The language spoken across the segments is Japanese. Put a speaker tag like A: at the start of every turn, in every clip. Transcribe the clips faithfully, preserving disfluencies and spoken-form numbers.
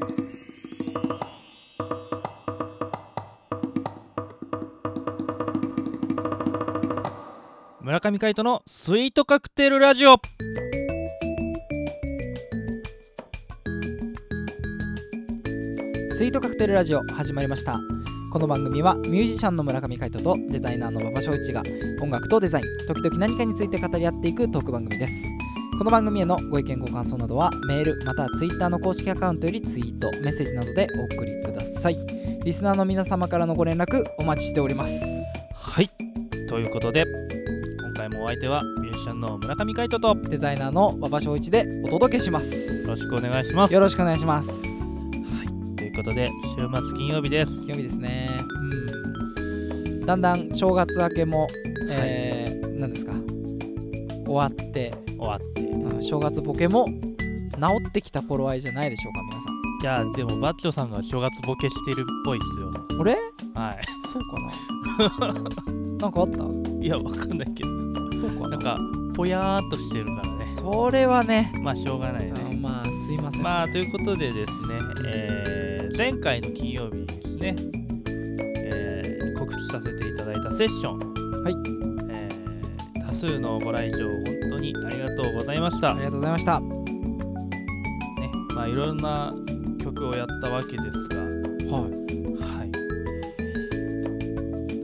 A: 村上海人のスイートカクテルラジオ。
B: スイートカクテルラジオ始まりました。この番組はミュージシャンの村上海人とデザイナーの馬場翔一が音楽とデザイン、時々何かについて語り合っていくトーク番組です。この番組へのご意見ご感想などはメールまたはツイッターの公式アカウントよりツイート、メッセージなどでお送りください。リスナーの皆様からのご連絡お待ちしております。
A: はい、ということで今回もお相手はミュージシャンの村上海人と
B: デザイナーの馬場翔一でお届けします。
A: よろしくお願いします。
B: よろしくお願いします。
A: ということで週末金曜日です。
B: 金曜日ですね。うん。だんだん正月明けも、えーはい、何ですか終わって
A: 終わって、
B: うん、正月ボケも治ってきた頃合いじゃないでしょうか皆さん。
A: いやでもバッチョさんが正月ボケしてるっぽいっすよ。
B: 俺？
A: はい。
B: そうかな。なんかあった？
A: いやわかんないけど。
B: そうかな。
A: なんかぽやーっとしてるからね。
B: それはね。
A: まあしょうがないね。
B: あまあすいません。
A: まあということでですね、えー、前回の金曜日にですね、えー、告知させていただいたセッション、
B: はい、
A: えー、多数のご来場本当にありがとうございました。
B: ありがとうございました。ね、
A: まあいろんな曲をやったわけですが、
B: はい
A: はい。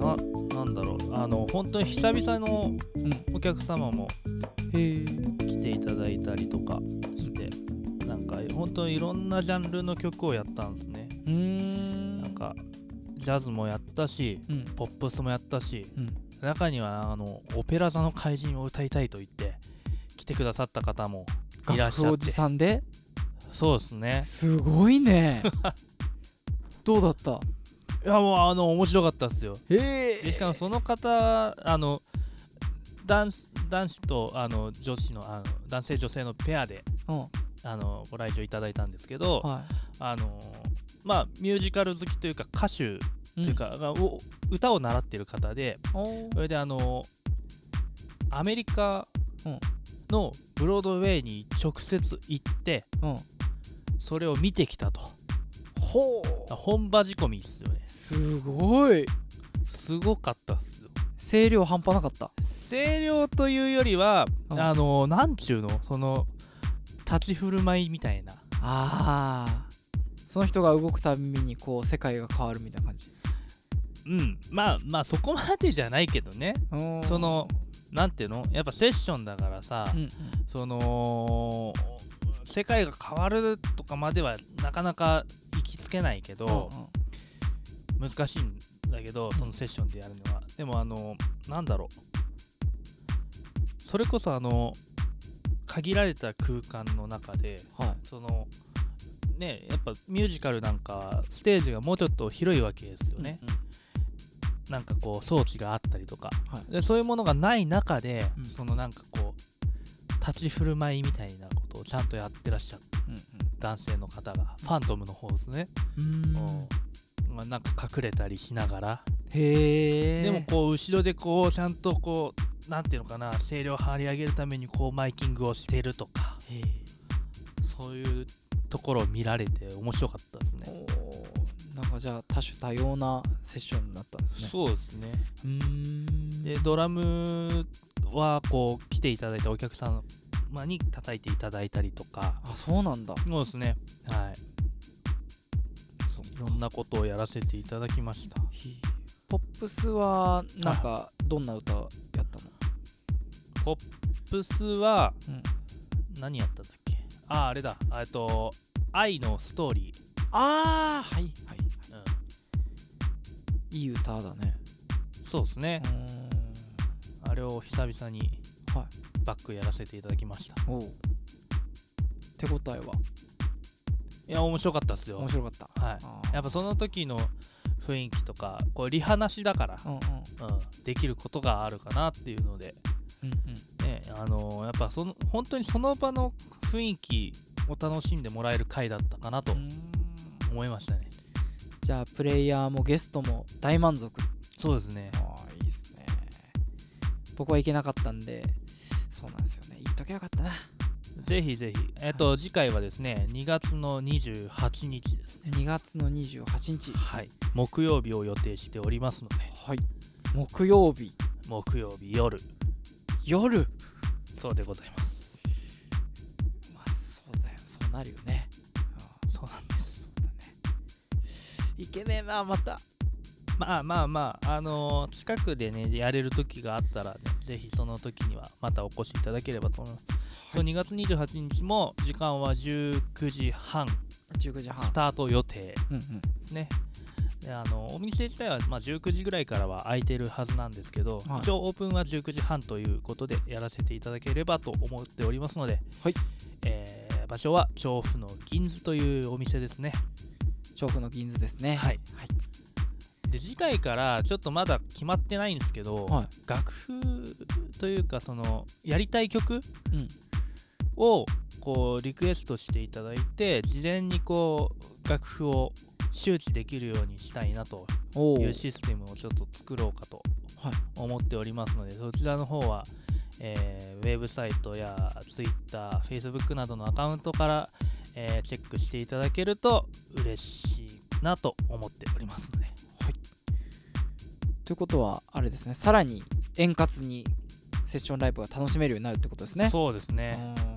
A: な、なんだろう、あの本当に久々のお客様も来ていただいたりとかして、うん、なんか本当にいろんなジャンルの曲をやったんですね。
B: うーん。
A: なんかジャズもやったし、うん、ポップスもやったし、うん、中にはあのオペラ座の怪人を歌いたいと言って来てくださった方もいらっしゃって。
B: 楽譜おじさんで？
A: そうですね。
B: すごいね。どうだった？
A: いやもうあの面白かったですよ。
B: へえ。
A: でしかもその方あの男子、男子とあの女子の、あの男性女性のペアで、うん、あのご来場いただいたんですけど、はい、あのまあミュージカル好きというか歌手というか、うん、歌を習っている方で、それであのアメリカのブロードウェイに直接行って、うん、それを見てきたと。
B: ほう。
A: 本場仕込みですよね。
B: すごい。
A: すごかったっすよ。
B: 声量半端なかった。
A: 声量というよりは、うん、あのなんちゅうのその立ち振る舞いみたいな。
B: ああ。その人が動くたびにこう世界が変わるみたいな感じ。
A: うん。まあまあそこまでじゃないけどね。そのなんていうのやっぱセッションだからさ、うんうん、その世界が変わるとかまではなかなか行きつけないけど、うんうん、難しいんだけどそのセッションでやるのは。でもあのなんだろう、それこそあの限られた空間の中で、はい、そのねやっぱミュージカルなんかステージがもうちょっと広いわけですよね、うんうん、なんかこう装置があったりとか、はい、でそういうものがない中で、うん、そのなんかこう立ち振る舞いみたいなことをちゃんとやってらっしゃる、うんうん、男性の方がファントムの方ですね。うーん、まあ、なんか隠れたりしながら、へー、でもこう後ろでこうちゃんとこうなんていうのかな声量を張り上げるためにこうマイキングをしてるとか、へー、そういうところを見られて面白かったですね。
B: お、なんかじゃあ多種多様なセッションになったんですね。
A: そうですね。うーん、でドラムはこう来ていただいたお客様に叩いていただいたりとか。
B: あ、そうなんだ。
A: そうですね。はい。いろんなことをやらせていただきました。
B: ポップスはなんかどんな歌やったの？
A: ポップスは、うん、何やったんだっけ？あ、あれだ。えっと愛のストーリー。
B: ああ、はいはいはい。うん、いい歌だね。
A: そうですね。あれを久々にバックやらせていただきました。
B: おう。手応えは？
A: いや面白かったっすよ。
B: 面白かった。
A: はい。やっぱその時の雰囲気とかこうリハなしだから、うんうんうん、できることがあるかなっていうので、うんうん、ね、あのー、やっぱその本当にその場の雰囲気を楽しんでもらえる回だったかなと思いましたね。
B: じゃあプレイヤーもゲストも大満足。
A: そうですね。
B: ああ、いいですね。僕は行けなかったんで、そうなんですよね。行っときゃよかったな。
A: ぜひぜひ、えっと、はい、次回はですねにがつのにじゅうはちにちですね。
B: にがつのにじゅうはちにち、
A: はい、木曜日を予定しておりますので、
B: はい、木曜日
A: 木曜日夜
B: 夜
A: そうでございます。
B: まあそうだよ、そうなるよね。
A: そうなんです。
B: そうだね、いけねえなまた。
A: まあまあまあ、あのー、近くでねやれる時があったら、ね、ぜひその時にはまたお越しいただければと思います。はい、そうにがつにじゅうはちにちも時間はじゅうくじはん
B: じゅうくじはん
A: スタート予定ですね。うんうん、であのお店自体はまあじゅうくじぐらいからは空いてるはずなんですけど、はい、一応オープンはじゅうくじはんということでやらせていただければと思っておりますので、
B: はい、
A: えー、場所は調布の銀座というお店ですね。
B: 調布の銀座ですね。
A: はい、はい、で次回からちょっとまだ決まってないんですけど、はい、楽譜というかそのやりたい曲、うん、をこうリクエストしていただいて、事前にこう楽譜を周知できるようにしたいなというシステムをちょっと作ろうかと思っておりますので、そちらの方は、えー、ウェブサイトや Twitter、Facebook などのアカウントから、えー、チェックしていただけると嬉しいなと思っておりますので、
B: はい、ということはあれですね、さらに円滑にセッションライブが楽しめるようになるってことですね。
A: そうですね。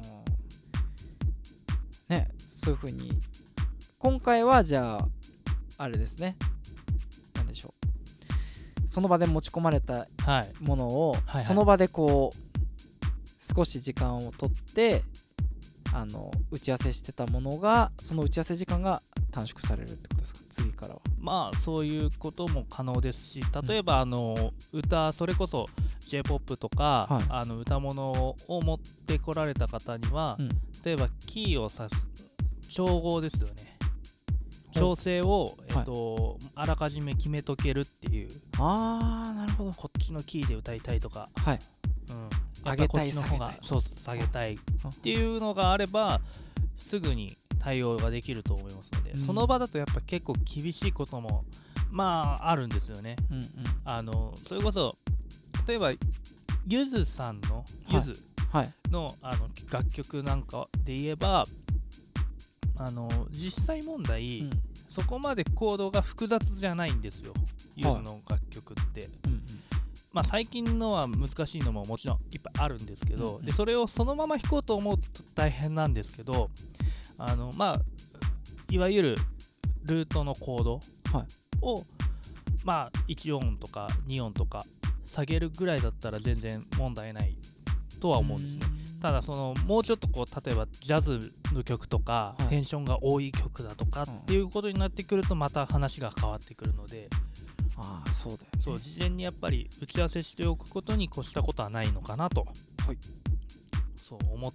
B: ね、そういう風に今回はじゃああれですね、なんでしょう、その場で持ち込まれたものを、はいはいはい、その場でこう少し時間を取ってあの打ち合わせしてたものが、その打ち合わせ時間が短縮されるってことですか、次からは。
A: まあそういうことも可能ですし、例えば、うん、あの歌、それこそ J-ポップ とか、はい、あの歌物を持ってこられた方には、うん、例えばキーを指す調合ですよね、調整を、えっと、はい、あらかじめ決めとけるっていう。
B: あー、なるほど。
A: こっちのキーで歌いたいとか、
B: はい、
A: うん、やっぱこっちの方がそう下げたいっていうのがあればすぐに対応ができると思いますので、うん、その場だとやっぱ結構厳しいこともまああるんですよね。うんうん、あのそれこそ例えばゆずさんのゆずの、はい、あの楽曲なんかで言えば、あの実際問題、うん、そこまでコードが複雑じゃないんですよ、ゆずの楽曲って。はい、うんうん、まあ、最近のは難しいのももちろんいっぱいあるんですけど、うんうん、でそれをそのまま弾こうと思うと大変なんですけど、あの、まあ、いわゆるルートのコードを、はい、まあ、いち音とかに音とか下げるぐらいだったら全然問題ないとは思うんですね。ただそのもうちょっとこう例えばジャズの曲とか、はい、テンションが多い曲だとかっていうことになってくるとまた話が変わってくるので、
B: ああ、そうだよね。
A: そう、事前にやっぱり打ち合わせしておくことに越したことはないのかなと、はい、そう思って、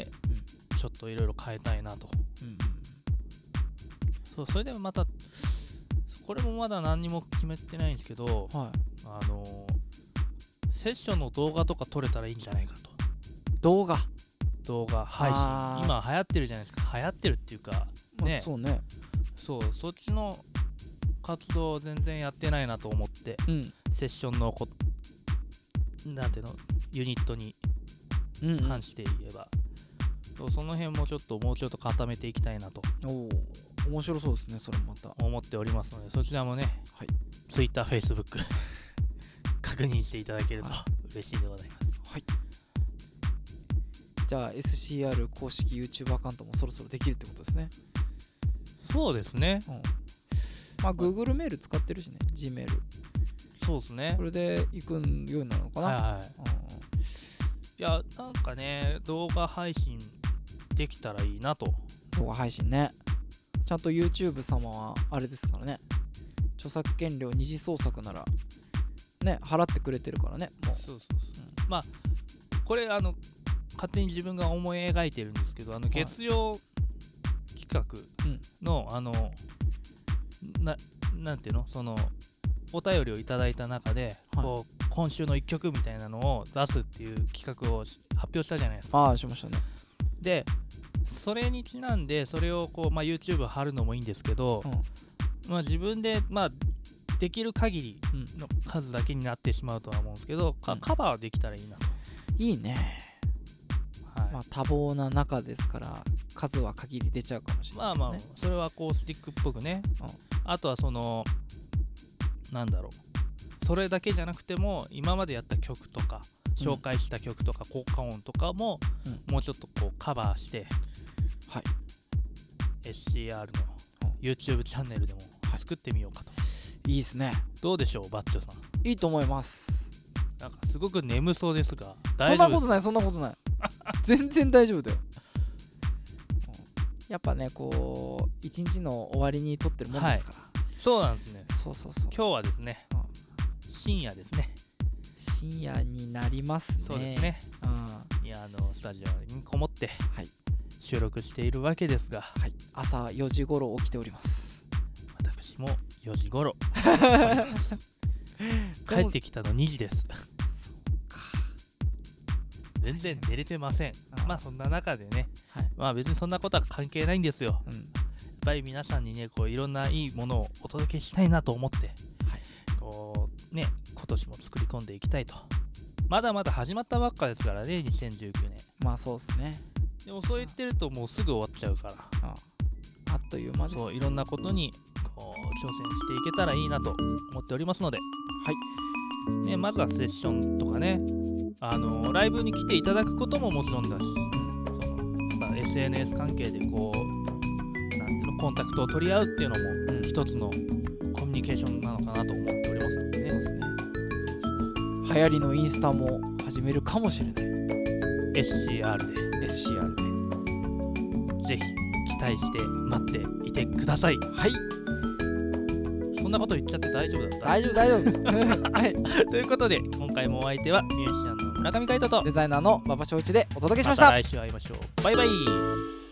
A: うん、ちょっといろいろ変えたいなと、うん、そう、それでもまたこれもまだ何にも決めてないんですけど、はい、あのセッションの動画とか撮れたらいいんじゃないかと。
B: 動画
A: 動画配信今流行ってるじゃないですか。流行ってるっていうかね、
B: まあ、そうね、
A: そう、そっちの活動全然やってないなと思って、うん、セッションのこなんていうのユニットに関して言えば、うんうん、その辺もちょっともうちょっと固めていきたいなと。
B: おー、面白そうですね、それまた
A: 思っておりますので、そちらもね、はい、Twitter、Facebook 確認していただけると嬉しいでございます。
B: はい、じゃあ エスシーアール 公式 YouTube アカウントもそろそろできるってことですね。
A: そうですね、うん、
B: まあ Google メール使ってるしね、 G メール。
A: そうですね、
B: それで行くようになるのかな。はいはい、うん、
A: いやなんかね、動画配信できたらいいなと。
B: 動画配信ね、ちゃんと YouTube 様はあれですからね、著作権料二次創作ならね払ってくれてるからね、もう。そうそうそう、
A: うん、まあこれあの勝手に自分が思い描いてるんですけど、あの月曜企画の、はい、あのななんていうの、そのお便りをいただいた中で、はい、こう今週のいっきょくみたいなのを出すっていう企画を発表したじゃないですか。
B: ああ、しましたね。
A: でそれにちなんでそれをこう、まあ、YouTube 貼るのもいいんですけど、うん、まあ、自分で、まあ、できる限りの数だけになってしまうとは思うんですけど、うん、カバーできたらいいなと。
B: いいね、
A: は
B: まあ多忙な中ですから数は限り出ちゃうかもしれない、ね、
A: まあまあそれはこうスティックっぽくね、うん、あとはそのなんだろうそれだけじゃなくても今までやった曲とか紹介した曲とか効果音とかも、うん、もうちょっとこうカバーして、はい、エスシーアール の YouTube チャンネルでも作ってみようかと、はい、
B: いいですね。
A: どうでしょうバッチョさん。
B: いいと思います。
A: なんかすごく眠そうですが
B: 大丈夫ですか？そんなことないそんなことない全然大丈夫だよやっぱねこう一日の終わりに撮ってるもんですから、はい、
A: そうなんですね。
B: そうそうそう。
A: 今日はですね、うん、深夜ですね。
B: 深夜になりますね。
A: そうですね、うん、いやあのスタジオにこもって、はい、収録しているわけですが、はい、
B: 朝よじ頃起きております。
A: 私もよじ頃起きております帰ってきたのにじですそうか全然寝れてません。あまあそんな中でね、はい、まあ別にそんなことは関係ないんですよ、うん、やっぱり皆さんにねこういろんないいものをお届けしたいなと思って、はい、こうね今年も作り込んでいきたいと。まだまだ始まったばっかですからねにせんじゅうきゅうねん。
B: まあそうですね。
A: でもそう言ってるともうすぐ終わっちゃうから、
B: ああ、あっという間です。
A: そういろんなことにこう挑戦していけたらいいなと思っておりますので、はいね、まずはセッションとかねあのライブに来ていただくことももちろんだし、そのまあ、エスエヌエス 関係でこうなんていうのコンタクトを取り合うっていうのも、うん、一つのコミュニケーションなのかなと思っておりますのでね。
B: そうですね。流行りのインスタも始めるかもしれない。
A: エスシーアール で
B: エスシーアール
A: でぜひ期待して待っていてください。
B: はい。
A: そんなこと言っちゃって大丈夫だった？
B: 大丈夫大丈夫はい。
A: ということで今回もお相手はミュージシャンの村上海人と
B: デザイナーの馬場翔一でお届けしました。
A: また来週会いましょう。バイバイ。